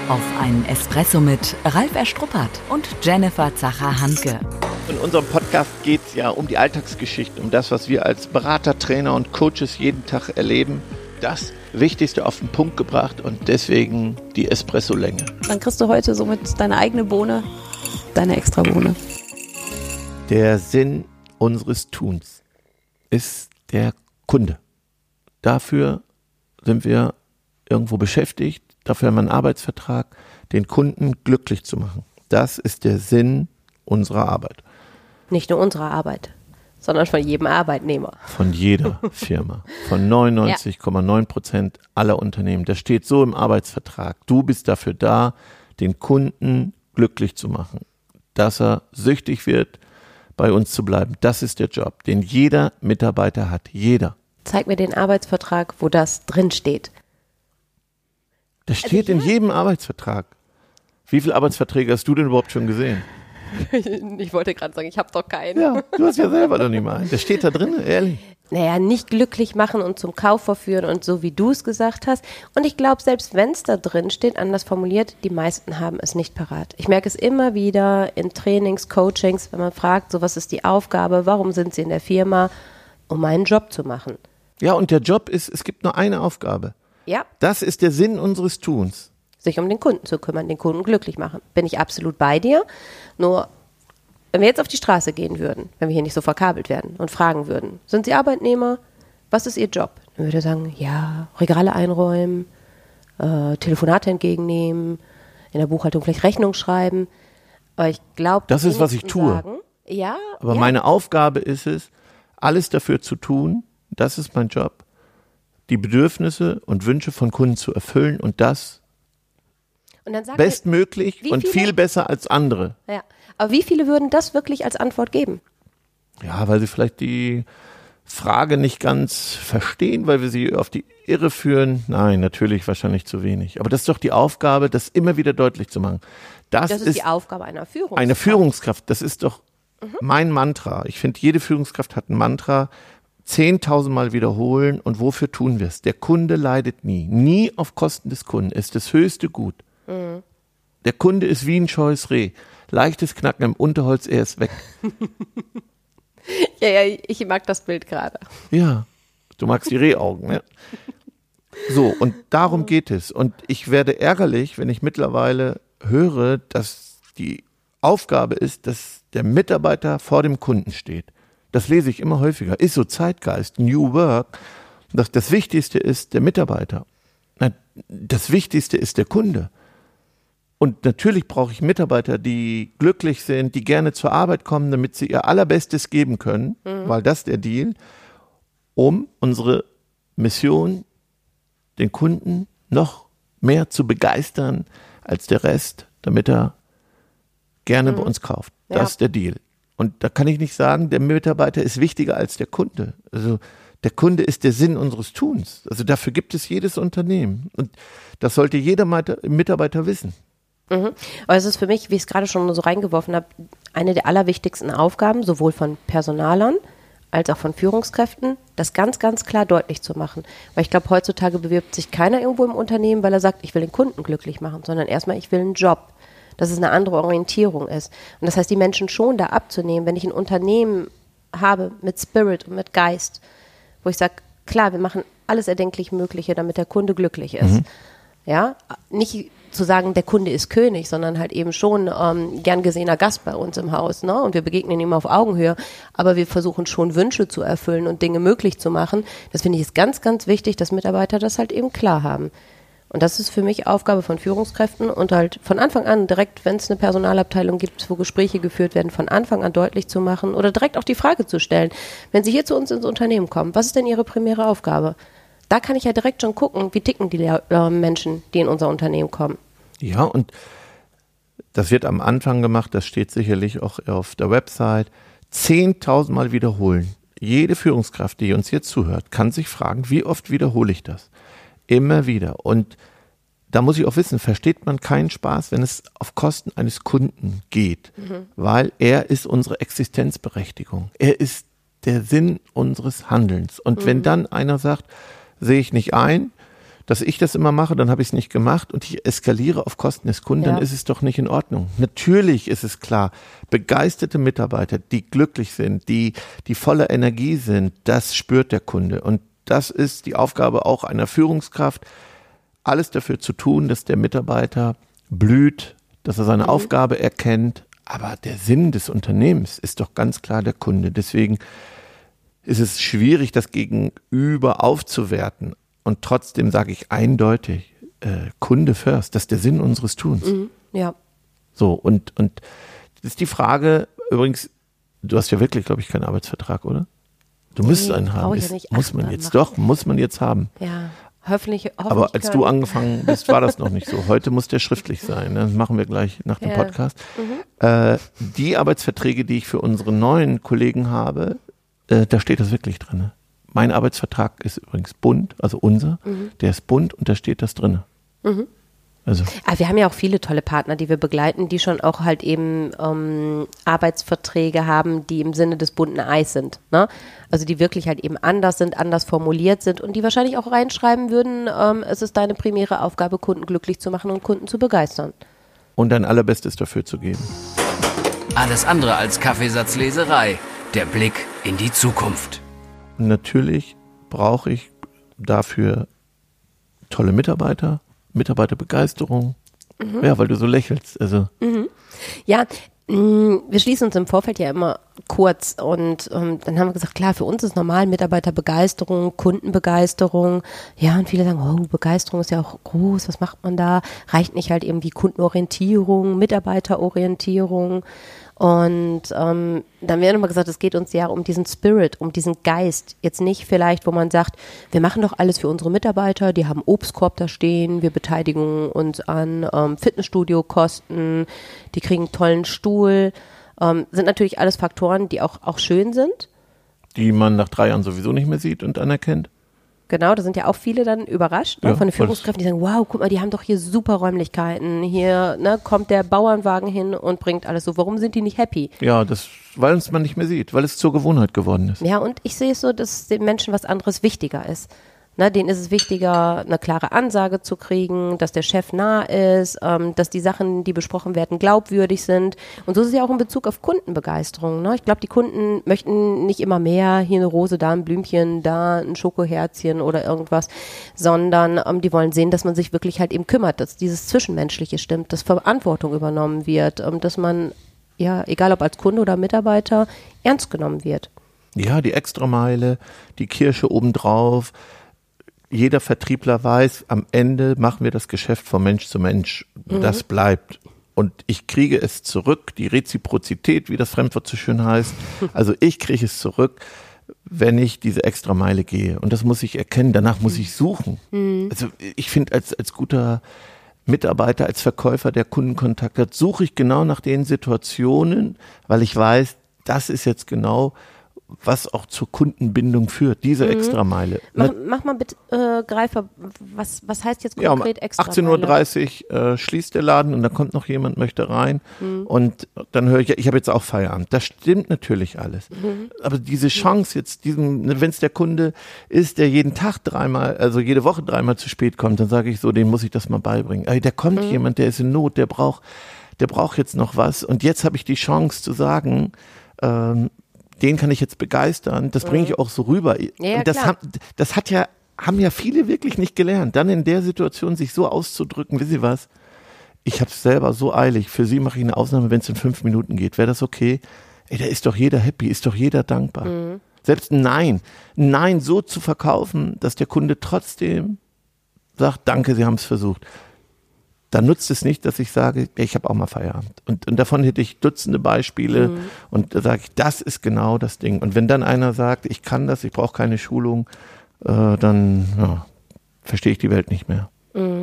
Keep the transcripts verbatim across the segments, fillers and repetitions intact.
Auf einen Espresso mit Ralf Erstruppert und Jennifer Zacher-Hanke. In unserem Podcast geht es ja um die Alltagsgeschichten, um das, was wir als Berater, Trainer und Coaches jeden Tag erleben. Das Wichtigste auf den Punkt gebracht und deswegen die Espresso-Länge. Dann kriegst du heute somit deine eigene Bohne, deine Extrabohne. Der Sinn unseres Tuns ist der Kunde. Dafür sind wir irgendwo beschäftigt, dafür haben wir einen Arbeitsvertrag, den Kunden glücklich zu machen. Das ist der Sinn unserer Arbeit. Nicht nur unserer Arbeit, sondern von jedem Arbeitnehmer. Von jeder Firma, von neunundneunzig Komma neun Prozent aller Unternehmen. Das steht so im Arbeitsvertrag. Du bist dafür da, den Kunden glücklich zu machen, dass er süchtig wird, bei uns zu bleiben. Das ist der Job, den jeder Mitarbeiter hat. Jeder. Zeig mir den Arbeitsvertrag, wo das drin steht. Das steht also, ja. in jedem Arbeitsvertrag. Wie viele Arbeitsverträge hast du denn überhaupt schon gesehen? Ich wollte gerade sagen, ich habe doch keinen. Ja, du hast ja selber doch nicht mal einen. Der steht da drin, ehrlich. Naja, nicht glücklich machen und zum Kauf verführen und so, wie du es gesagt hast. Und ich glaube, selbst wenn es da drin steht, anders formuliert, die meisten haben es nicht parat. Ich merke es immer wieder in Trainings, Coachings, wenn man fragt, so was ist die Aufgabe, warum sind sie in der Firma, um meinen Job zu machen. Ja, und der Job ist, es gibt nur eine Aufgabe. Ja. Das ist der Sinn unseres Tuns. Sich um den Kunden zu kümmern, den Kunden glücklich machen. Bin ich absolut bei dir. Nur, wenn wir jetzt auf die Straße gehen würden, wenn wir hier nicht so verkabelt werden und fragen würden, sind Sie Arbeitnehmer? Was ist Ihr Job? Dann würde er sagen, ja, Regale einräumen, äh, Telefonate entgegennehmen, in der Buchhaltung vielleicht Rechnung schreiben. Aber ich glaube, das ist, was ich tue. Sagen, ja, Aber ja. meine Aufgabe ist es, alles dafür zu tun, das ist mein Job, die Bedürfnisse und Wünsche von Kunden zu erfüllen und das und dann sagt bestmöglich er, und viele, viel besser als andere. Ja, aber wie viele würden das wirklich als Antwort geben? Ja, weil sie vielleicht die Frage nicht ganz verstehen, weil wir sie auf die Irre führen. Nein, natürlich wahrscheinlich zu wenig. Aber das ist doch die Aufgabe, das immer wieder deutlich zu machen. Das, das ist, ist die Aufgabe einer Führungskraft. Eine Führungskraft, das ist doch mhm. mein Mantra. Ich finde, jede Führungskraft hat ein Mantra, zehntausendmal wiederholen und wofür tun wir es? Der Kunde leidet nie. Nie auf Kosten des Kunden ist das höchste Gut. Mhm. Der Kunde ist wie ein scheues Reh. Leichtes Knacken im Unterholz, er ist weg. ja, ja, ich mag das Bild gerade. Ja, du magst die Rehaugen. Ja. So, und darum geht es. Und ich werde ärgerlich, wenn ich mittlerweile höre, dass die Aufgabe ist, dass der Mitarbeiter vor dem Kunden steht. Das lese ich immer häufiger. Ist so Zeitgeist, New Work. Das, das Wichtigste ist der Mitarbeiter. Das Wichtigste ist der Kunde. Und natürlich brauche ich Mitarbeiter, die glücklich sind, die gerne zur Arbeit kommen, damit sie ihr Allerbestes geben können, mhm. weil das der Deal, um unsere Mission, den Kunden noch mehr zu begeistern als der Rest, damit er gerne mhm. bei uns kauft. Das ja. ist der Deal. Und da kann ich nicht sagen, der Mitarbeiter ist wichtiger als der Kunde. Also der Kunde ist der Sinn unseres Tuns. Also dafür gibt es jedes Unternehmen. Und das sollte jeder Mitarbeiter wissen. Mhm. Aber es ist für mich, wie ich es gerade schon so reingeworfen habe, eine der allerwichtigsten Aufgaben, sowohl von Personalern als auch von Führungskräften, das ganz, ganz klar deutlich zu machen. Weil ich glaube, heutzutage bewirbt sich keiner irgendwo im Unternehmen, weil er sagt, ich will den Kunden glücklich machen, sondern erstmal, ich will einen Job. Dass es eine andere Orientierung ist. Und das heißt, die Menschen schon da abzunehmen, wenn ich ein Unternehmen habe mit Spirit und mit Geist, wo ich sage, klar, wir machen alles erdenklich Mögliche, damit der Kunde glücklich ist. Mhm. Ja, nicht zu sagen, der Kunde ist König, sondern halt eben schon ähm, gern gesehener Gast bei uns im Haus, ne? Und wir begegnen ihm auf Augenhöhe, aber wir versuchen schon Wünsche zu erfüllen und Dinge möglich zu machen. Das finde ich ist ganz, ganz wichtig, dass Mitarbeiter das halt eben klar haben. Und das ist für mich Aufgabe von Führungskräften und halt von Anfang an direkt, wenn es eine Personalabteilung gibt, wo Gespräche geführt werden, von Anfang an deutlich zu machen oder direkt auch die Frage zu stellen, wenn Sie hier zu uns ins Unternehmen kommen, was ist denn Ihre primäre Aufgabe? Da kann ich ja direkt schon gucken, wie ticken die äh, Menschen, die in unser Unternehmen kommen. Ja, und das wird am Anfang gemacht, das steht sicherlich auch auf der Website, zehntausendmal wiederholen. Jede Führungskraft, die uns jetzt zuhört, kann sich fragen, wie oft wiederhole ich das? Immer wieder. Und da muss ich auch wissen, versteht man keinen Spaß, wenn es auf Kosten eines Kunden geht, mhm. weil er ist unsere Existenzberechtigung. Er ist der Sinn unseres Handelns. Und mhm. wenn dann einer sagt, sehe ich nicht ein, dass ich das immer mache, dann habe ich es nicht gemacht und ich eskaliere auf Kosten des Kunden, Ja. dann ist es doch nicht in Ordnung. Natürlich ist es klar, begeisterte Mitarbeiter, die glücklich sind, die, die voller Energie sind, das spürt der Kunde. Und das ist die Aufgabe auch einer Führungskraft, alles dafür zu tun, dass der Mitarbeiter blüht, dass er seine mhm. Aufgabe erkennt. Aber der Sinn des Unternehmens ist doch ganz klar der Kunde. Deswegen ist es schwierig, das Gegenüber aufzuwerten. Und trotzdem sage ich eindeutig, äh, Kunde first, das ist der Sinn unseres Tuns. Mhm, ja. So, und, und das ist die Frage, übrigens, du hast ja wirklich, glaube ich, keinen Arbeitsvertrag, oder? Du müsstest Nee, einen haben. brauche ich Ist, ja nicht. muss Ach, man dann jetzt, mach- doch, muss man jetzt haben. Ja, hoffentlich. hoffentlich Aber als können- du angefangen bist, war das noch nicht so. Heute muss der schriftlich sein. Das machen wir gleich nach dem Ja. Podcast. Äh, die Arbeitsverträge, die ich für unsere neuen Kollegen habe, äh, da steht das wirklich drin. Mein Arbeitsvertrag ist übrigens bunt, also unser. Der ist bunt und da steht das drin. Also, Aber wir haben ja auch viele tolle Partner, die wir begleiten, die schon auch halt eben ähm, Arbeitsverträge haben, die im Sinne des bunten Eis sind. Ne? Also die wirklich halt eben anders sind, anders formuliert sind und die wahrscheinlich auch reinschreiben würden, ähm, es ist deine primäre Aufgabe, Kunden glücklich zu machen und Kunden zu begeistern. und dein Allerbestes dafür zu geben. Alles andere als Kaffeesatzleserei. Der Blick in die Zukunft. Und natürlich brauche ich dafür tolle Mitarbeiter, Mitarbeiterbegeisterung. Mhm. Ja, weil du so lächelst. Also Ja, mh, wir schließen uns im Vorfeld ja immer kurz und ähm, dann haben wir gesagt, klar, für uns ist normal Mitarbeiterbegeisterung, Kundenbegeisterung. Ja, und viele sagen, oh, Begeisterung ist ja auch groß, was macht man da? Reicht nicht halt irgendwie Kundenorientierung, Mitarbeiterorientierung? Und ähm, dann werden wir gesagt, es geht uns ja um diesen Spirit, um diesen Geist. Jetzt nicht vielleicht, wo man sagt, wir machen doch alles für unsere Mitarbeiter, die haben Obstkorb da stehen, wir beteiligen uns an ähm, Fitnessstudio-Kosten, die kriegen einen tollen Stuhl. Ähm, sind natürlich alles Faktoren, die auch, auch schön sind. die man nach drei Jahren sowieso nicht mehr sieht und anerkennt. Genau, da sind ja auch viele dann überrascht ne, Ja, von den voll. Führungskräften, die sagen, wow, guck mal, die haben doch hier super Räumlichkeiten. Hier ne, kommt der Bauernwagen hin und bringt alles so. Warum sind die nicht happy? Ja, das, weil es man nicht mehr sieht, weil es zur Gewohnheit geworden ist. Ja, und ich sehe es so, dass den Menschen was anderes wichtiger ist. Ne, denen ist es wichtiger, eine klare Ansage zu kriegen, dass der Chef nah ist, ähm, dass die Sachen, die besprochen werden, glaubwürdig sind. Und so ist es ja auch in Bezug auf Kundenbegeisterung. Ne? Ich glaube, die Kunden möchten nicht immer mehr, hier eine Rose, da ein Blümchen, da ein Schokoherzchen oder irgendwas, sondern ähm, die wollen sehen, dass man sich wirklich halt eben kümmert, dass dieses Zwischenmenschliche stimmt, dass Verantwortung übernommen wird, ähm, dass man, ja, egal ob als Kunde oder Mitarbeiter, ernst genommen wird. Ja, die Extrameile, die Kirsche obendrauf. Jeder Vertriebler weiß, am Ende machen wir das Geschäft von Mensch zu Mensch. Das bleibt. Und ich kriege es zurück, die Reziprozität, wie das Fremdwort so schön heißt. Also ich kriege es zurück, wenn ich diese Extrameile gehe. Und das muss ich erkennen, danach muss ich suchen. Also ich finde, als, als guter Mitarbeiter, als Verkäufer, der Kundenkontakt hat, suche ich genau nach den Situationen, weil ich weiß, das ist jetzt genau, was auch zur Kundenbindung führt, diese Extrameile. Mach, mach mal bitte, äh, Greifer, was, was heißt jetzt Ja, um konkret extra? achtzehn Uhr dreißig äh, schließt der Laden und dann kommt noch jemand, möchte rein Mhm. und dann höre ich, ich habe jetzt auch Feierabend. Das stimmt natürlich alles. Mhm. Aber diese Chance jetzt, diesen, wenn es der Kunde ist, der jeden Tag dreimal, also jede Woche dreimal zu spät kommt, dann sage ich so, dem muss ich das mal beibringen. Ey, da kommt Mhm. jemand, der ist in Not, der braucht, der braucht jetzt noch was und jetzt habe ich die Chance zu sagen, ähm, den kann ich jetzt begeistern, das bringe ich auch so rüber. ja, und das, klar. haben, das hat ja, haben ja viele wirklich nicht gelernt, dann in der Situation sich so auszudrücken, wissen Sie was, ich habe es selber so eilig, für Sie mache ich eine Ausnahme, wenn es in fünf Minuten geht, wäre das okay? Ey, da ist doch jeder happy, ist doch jeder dankbar. Mhm. Selbst ein Nein, ein Nein so zu verkaufen, dass der Kunde trotzdem sagt, danke, Sie haben es versucht. Dann nutzt es nicht, dass ich sage, ich habe auch mal Feierabend. Und, und davon hätte ich Dutzende Beispiele. Mhm. Und da sage ich, das ist genau das Ding. Und wenn dann einer sagt, ich kann das, ich brauche keine Schulung, äh, dann ja, verstehe ich die Welt nicht mehr.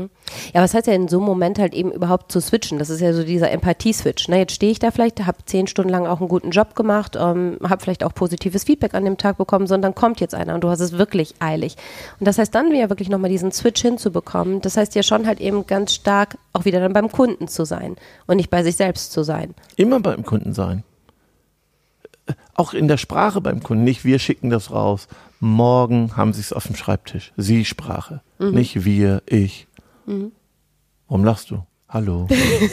Ja, was heißt ja in so einem Moment halt eben überhaupt zu switchen? Das ist ja so dieser Empathie-Switch. Ne? Jetzt stehe ich da vielleicht, habe zehn Stunden lang auch einen guten Job gemacht, ähm, habe vielleicht auch positives Feedback an dem Tag bekommen, sondern kommt jetzt einer und du hast es wirklich eilig. Und das heißt dann ja wirklich nochmal diesen Switch hinzubekommen. Das heißt ja schon halt eben ganz stark auch wieder dann beim Kunden zu sein und nicht bei sich selbst zu sein. Immer beim Kunden sein. Auch in der Sprache beim Kunden. Nicht wir schicken das raus. Morgen haben sie es auf dem Schreibtisch. Sie-Sprache. Mhm. Nicht wir, ich. Mhm. Warum lachst du? Hallo.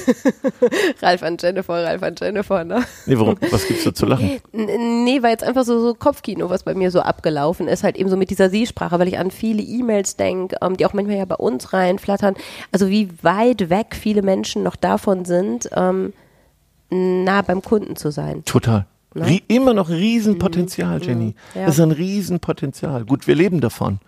Ralf an Jennifer, Ralf an Jennifer, ne? Nee, warum? Was gibt's da zu lachen? Nee, weil jetzt einfach so, so Kopfkino, was bei mir so abgelaufen ist, halt eben so mit dieser Sie-Sprache, weil ich an viele E-Mails denke, ähm, die auch manchmal ja bei uns reinflattern. Also wie weit weg viele Menschen noch davon sind, ähm, nah beim Kunden zu sein. Total. Rie- immer noch Riesenpotenzial, mhm. Jenny. Ja. Das ist ein Riesenpotenzial. Gut, wir leben davon.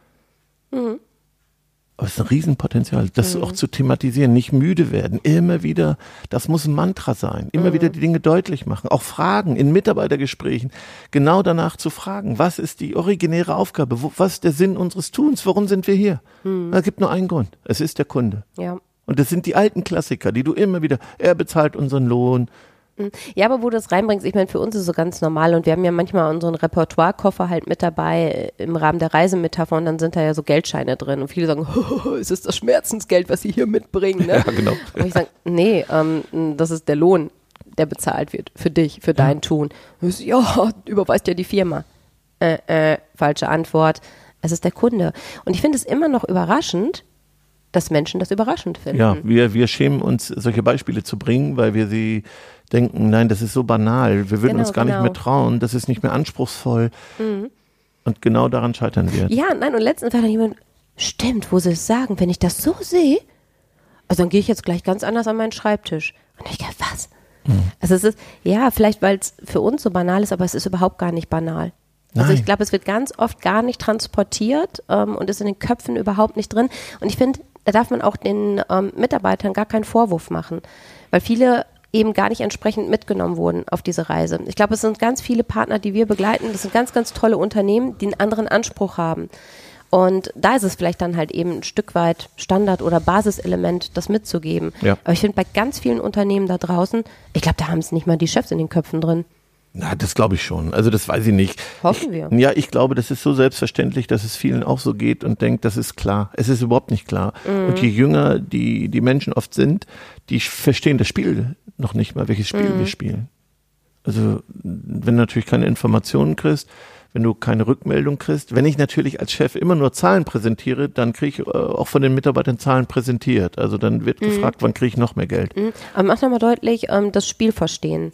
Mhm. Aber es ist ein Riesenpotenzial, das mhm. auch zu thematisieren, nicht müde werden, immer wieder, das muss ein Mantra sein, immer mhm. wieder die Dinge deutlich machen, auch fragen in Mitarbeitergesprächen, genau danach zu fragen, was ist die originäre Aufgabe, wo, was ist der Sinn unseres Tuns, warum sind wir hier? Mhm. Es gibt nur einen Grund, es ist der Kunde. Ja. Und das sind die alten Klassiker, die du immer wieder, er bezahlt unseren Lohn. Ja, aber wo du das reinbringst, ich meine, für uns ist es so ganz normal und wir haben ja manchmal unseren Repertoirekoffer halt mit dabei im Rahmen der Reisemetapher und dann sind da ja so Geldscheine drin und viele sagen, oh, es ist das Schmerzensgeld, was sie hier mitbringen. Ne? Ja, genau. Und ich sage, nee, ähm, das ist der Lohn, der bezahlt wird für dich, für dein ja. Tun. Und ich so, ja, überweist ja die Firma. Äh, äh, falsche Antwort. Es ist der Kunde. Und ich finde es immer noch überraschend, dass Menschen das überraschend finden. Ja, wir, wir schämen uns, solche Beispiele zu bringen, weil wir sie denken, nein, das ist so banal, wir würden genau, uns gar genau. nicht mehr trauen, das ist nicht mehr anspruchsvoll. Mhm. Und genau daran scheitern wir. Ja, nein, und letztens war dann jemand, stimmt, wo sie es sagen, wenn ich das so sehe, also dann gehe ich jetzt gleich ganz anders an meinen Schreibtisch. Und ich denke, was? Mhm. Also es ist, ja, vielleicht, weil es für uns so banal ist, aber es ist überhaupt gar nicht banal. Also Nein. ich glaube, es wird ganz oft gar nicht transportiert ähm, und ist in den Köpfen überhaupt nicht drin. Und ich finde, da darf man auch den ähm, Mitarbeitern gar keinen Vorwurf machen, weil viele eben gar nicht entsprechend mitgenommen wurden auf diese Reise. Ich glaube, es sind ganz viele Partner, die wir begleiten, das sind ganz, ganz tolle Unternehmen, die einen anderen Anspruch haben. Und da ist es vielleicht dann halt eben ein Stück weit Standard- oder Basiselement, das mitzugeben. Ja. Aber ich finde, bei ganz vielen Unternehmen da draußen, ich glaube, da haben es nicht mal die Chefs in den Köpfen drin. Na, das glaube ich schon. Also das weiß ich nicht. Hoffen wir. Ja, ich glaube, das ist so selbstverständlich, dass es vielen auch so geht und denkt, das ist klar. Es ist überhaupt nicht klar. Mhm. Und je jünger die, die Menschen oft sind, die verstehen das Spiel noch nicht mal, welches Spiel mhm. wir spielen. Also wenn du natürlich keine Informationen kriegst, wenn du keine Rückmeldung kriegst, wenn ich natürlich als Chef immer nur Zahlen präsentiere, dann kriege ich äh, auch von den Mitarbeitern Zahlen präsentiert. Also dann wird mhm. gefragt, wann kriege ich noch mehr Geld. Mhm. Aber mach nochmal deutlich, ähm, das Spiel verstehen.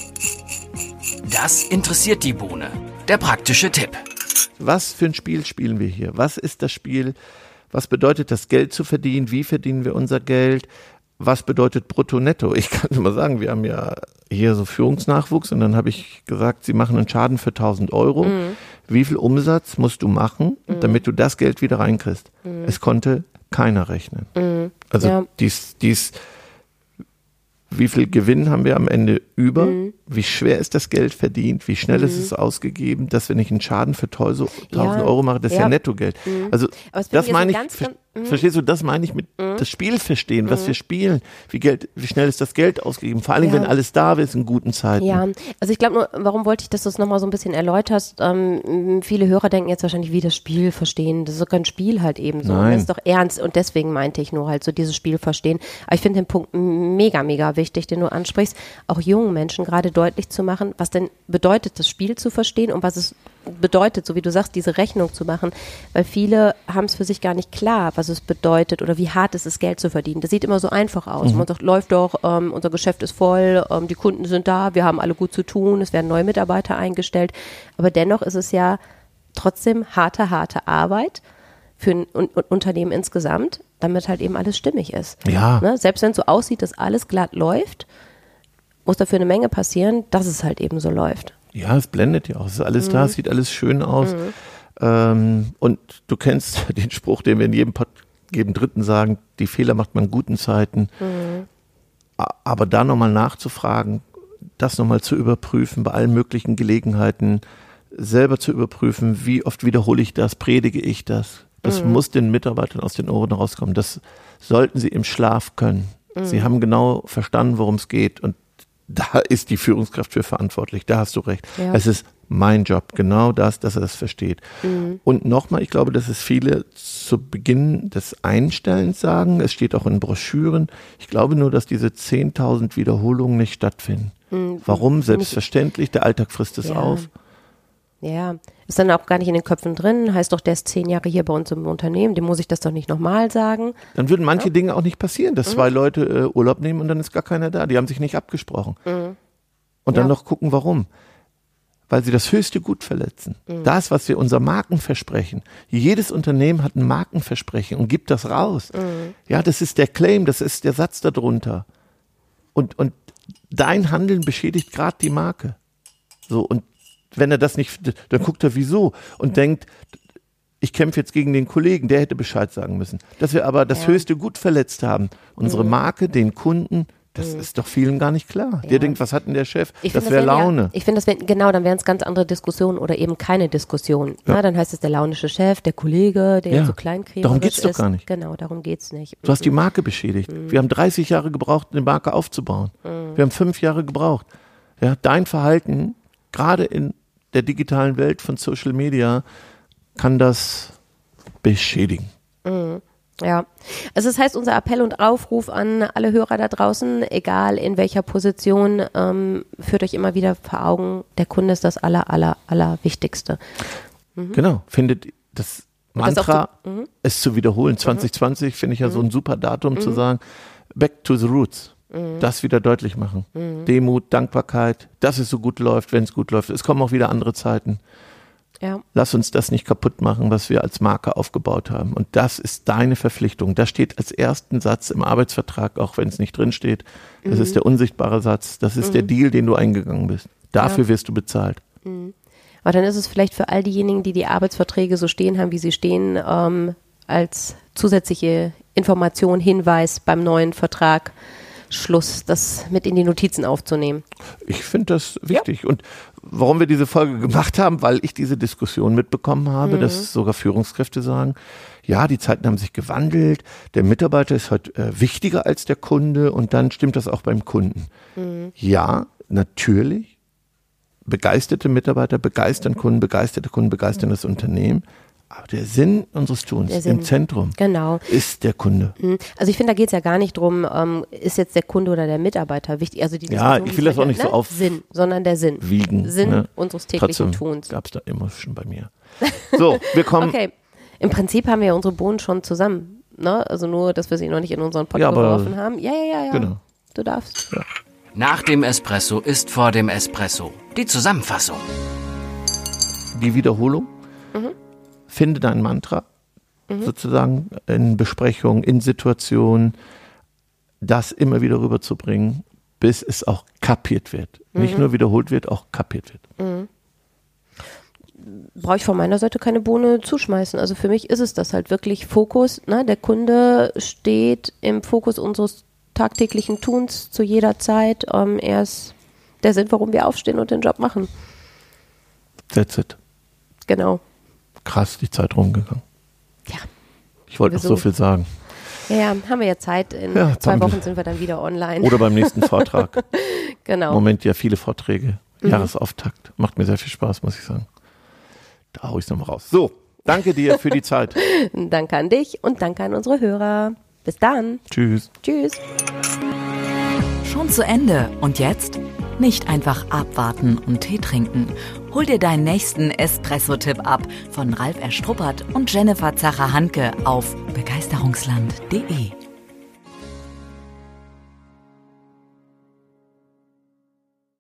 Das interessiert die Bohne. Der praktische Tipp. Was für ein Spiel spielen wir hier? Was ist das Spiel? Was bedeutet das, Geld zu verdienen? Wie verdienen wir unser Geld? Was bedeutet Brutto, Netto? Ich kann mal sagen, wir haben ja hier so Führungsnachwuchs und dann habe ich gesagt, sie machen einen Schaden für tausend Euro. Mhm. Wie viel Umsatz musst du machen, mhm. damit du das Geld wieder reinkriegst? Mhm. Es konnte keiner rechnen. Mhm. Also ja. dies, dies wie viel Gewinn haben wir am Ende über, mhm. wie schwer ist das Geld verdient, wie schnell mhm. ist es ausgegeben, dass wenn ich einen Schaden für tausend ja. Euro mache, das ist ja, ja Nettogeld. Mhm. Also das meine ich, ver mhm. verstehst du, das meine ich mit mhm. das Spiel verstehen, was mhm. wir spielen, wie Geld, wie schnell ist das Geld ausgegeben, vor allem ja. wenn alles da ist in guten Zeiten. Ja, also ich glaube nur, warum wollte ich, dass du es nochmal so ein bisschen erläuterst, ähm, viele Hörer denken jetzt wahrscheinlich, wie das Spiel verstehen, das ist doch kein Spiel halt eben so, Nein. das ist doch ernst und deswegen meinte ich nur halt so dieses Spiel verstehen, aber ich finde den Punkt mega, mega wichtig, den du ansprichst, auch jungen Menschen gerade deutlich zu machen, was denn bedeutet, das Spiel zu verstehen und was es bedeutet, so wie du sagst, diese Rechnung zu machen, weil viele haben es für sich gar nicht klar, was es bedeutet oder wie hart es ist, Geld zu verdienen. Das sieht immer so einfach aus. Mhm. Man sagt, läuft doch, ähm, unser Geschäft ist voll, ähm, die Kunden sind da, wir haben alle gut zu tun, es werden neue Mitarbeiter eingestellt, aber dennoch ist es ja trotzdem harte, harte Arbeit für ein un Unternehmen insgesamt, damit halt eben alles stimmig ist. Ja. Ne? Selbst wenn es so aussieht, dass alles glatt läuft, muss dafür eine Menge passieren, dass es halt eben so läuft. Ja, es blendet ja auch. Es ist alles mhm. da, es sieht alles schön aus. Mhm. Ähm, und du kennst den Spruch, den wir in jedem, Pod, jedem Dritten sagen, die Fehler macht man in guten Zeiten. Mhm. Aber da nochmal nachzufragen, das nochmal zu überprüfen, bei allen möglichen Gelegenheiten selber zu überprüfen, wie oft wiederhole ich das, predige ich das. Das mhm. muss den Mitarbeitern aus den Ohren rauskommen. Das sollten sie im Schlaf können. Mhm. Sie haben genau verstanden, worum es geht und da ist die Führungskraft für verantwortlich, da hast du recht. Ja. Es ist mein Job, genau das, dass er das versteht. Mhm. Und nochmal, ich glaube, dass es viele zu Beginn des Einstellens sagen, es steht auch in Broschüren, ich glaube nur, dass diese zehntausend Wiederholungen nicht stattfinden. Mhm. Warum? Selbstverständlich, der Alltag frisst es ja. auf. Ja, ist dann auch gar nicht in den Köpfen drin, heißt doch, der ist zehn Jahre hier bei uns im Unternehmen, dem muss ich das doch nicht nochmal sagen. Dann würden manche ja. Dinge auch nicht passieren, dass mhm. zwei Leute äh, Urlaub nehmen und dann ist gar keiner da. Die haben sich nicht abgesprochen. Mhm. Und dann ja. noch gucken, warum. Weil sie das höchste Gut verletzen. Mhm. Das, was wir unser Markenversprechen. Jedes Unternehmen hat ein Markenversprechen und gibt das raus. Mhm. Ja, das ist der Claim, das ist der Satz darunter. Und, und dein Handeln beschädigt gerade die Marke. So, und wenn er das nicht, dann guckt er wieso und denkt, ich kämpfe jetzt gegen den Kollegen, der hätte Bescheid sagen müssen. Dass wir aber das ja. höchste Gut verletzt haben, unsere mhm. Marke, den Kunden, das mhm. ist doch vielen gar nicht klar. Ja. Der denkt, was hat denn der Chef? Ich das wäre Laune. Ja, ich finde, das wär, genau, dann wären es ganz andere Diskussionen oder eben keine Diskussion. Ja. Na, dann heißt es der launische Chef, der Kollege, der ja. so kleinkriegerisch ist. Darum geht's doch gar nicht. Genau, darum geht's nicht. Du hast die Marke beschädigt. Mhm. Wir haben dreißig Jahre gebraucht, eine Marke aufzubauen. Mhm. Wir haben fünf Jahre gebraucht. Ja, dein Verhalten, gerade in der digitalen Welt von Social Media, kann das beschädigen. Mhm. Ja, also das heißt, unser Appell und Aufruf an alle Hörer da draußen, egal in welcher Position, ähm, führt euch immer wieder vor Augen, der Kunde ist das aller, aller, aller Wichtigste. Mhm. Genau, findet das Mantra, das zu, es zu wiederholen. zwanzig zwanzig finde ich ja mhm. so ein super Datum mhm. zu sagen, back to the roots. Das wieder deutlich machen. Mhm. Demut, Dankbarkeit, dass es so gut läuft, wenn es gut läuft. Es kommen auch wieder andere Zeiten. Ja. Lass uns das nicht kaputt machen, was wir als Marke aufgebaut haben. Und das ist deine Verpflichtung. Das steht als ersten Satz im Arbeitsvertrag, auch wenn es nicht drin steht. Das mhm. ist der unsichtbare Satz. Das ist mhm. der Deal, den du eingegangen bist. Dafür ja. wirst du bezahlt. Mhm. Aber dann ist es vielleicht für all diejenigen, die die Arbeitsverträge so stehen haben, wie sie stehen, ähm, als zusätzliche Information, Hinweis beim neuen Vertrag, Schluss, das mit in die Notizen aufzunehmen. Ich finde das wichtig. Ja. Und warum wir diese Folge gemacht haben, weil ich diese Diskussion mitbekommen habe, mhm. dass sogar Führungskräfte sagen, ja, die Zeiten haben sich gewandelt, der Mitarbeiter ist heute äh, wichtiger als der Kunde und dann stimmt das auch beim Kunden. Mhm. Ja, natürlich, begeisterte Mitarbeiter begeistern Kunden, begeisterte Kunden begeistern das Unternehmen. Aber der Sinn unseres Tuns Sinn. im Zentrum genau. ist der Kunde. Also ich finde, da geht es ja gar nicht drum, ähm, ist jetzt der Kunde oder der Mitarbeiter wichtig. Also die ja, ich will das auch nicht ne? so auf Sinn, sondern der Sinn. Wiegen. Sinn ne? unseres täglichen Trotzdem Tuns. Gab es da immer schon bei mir. So, wir kommen. Okay, im Prinzip haben wir ja unsere Bohnen schon zusammen. Ne? Also nur, dass wir sie noch nicht in unseren Pott ja, geworfen haben. Ja, ja, ja, ja. Genau. Du darfst. Ja. Nach dem Espresso ist vor dem Espresso. Die Zusammenfassung. Die Wiederholung. Mhm. Finde dein Mantra, mhm. sozusagen in Besprechungen, in Situationen, das immer wieder rüberzubringen, bis es auch kapiert wird. Mhm. Nicht nur wiederholt wird, auch kapiert wird. Mhm. Brauche ich von meiner Seite keine Bohne zuschmeißen. Also für mich ist es das halt wirklich Fokus. Ne? Der Kunde steht im Fokus unseres tagtäglichen Tuns zu jeder Zeit. Ähm, er ist der Sinn, warum wir aufstehen und den Job machen. That's it. Genau. Krass, die Zeit rumgegangen. Ja. Ich wollte noch so viel sagen. Ja, ja, haben wir ja Zeit. In ja, zwei Wochen wir. sind wir dann wieder online. Oder beim nächsten Vortrag. Genau. Im Moment ja viele Vorträge. Mhm. Jahresauftakt. Macht mir sehr viel Spaß, muss ich sagen. Da hau ich es nochmal raus. So, danke dir für die Zeit. Danke an dich und danke an unsere Hörer. Bis dann. Tschüss. Tschüss. Schon zu Ende. Und jetzt? Nicht einfach abwarten und Tee trinken. Hol dir deinen nächsten Espresso-Tipp ab von Ralf Erstruppert und Jennifer Zacher-Hanke auf begeisterungsland punkt de.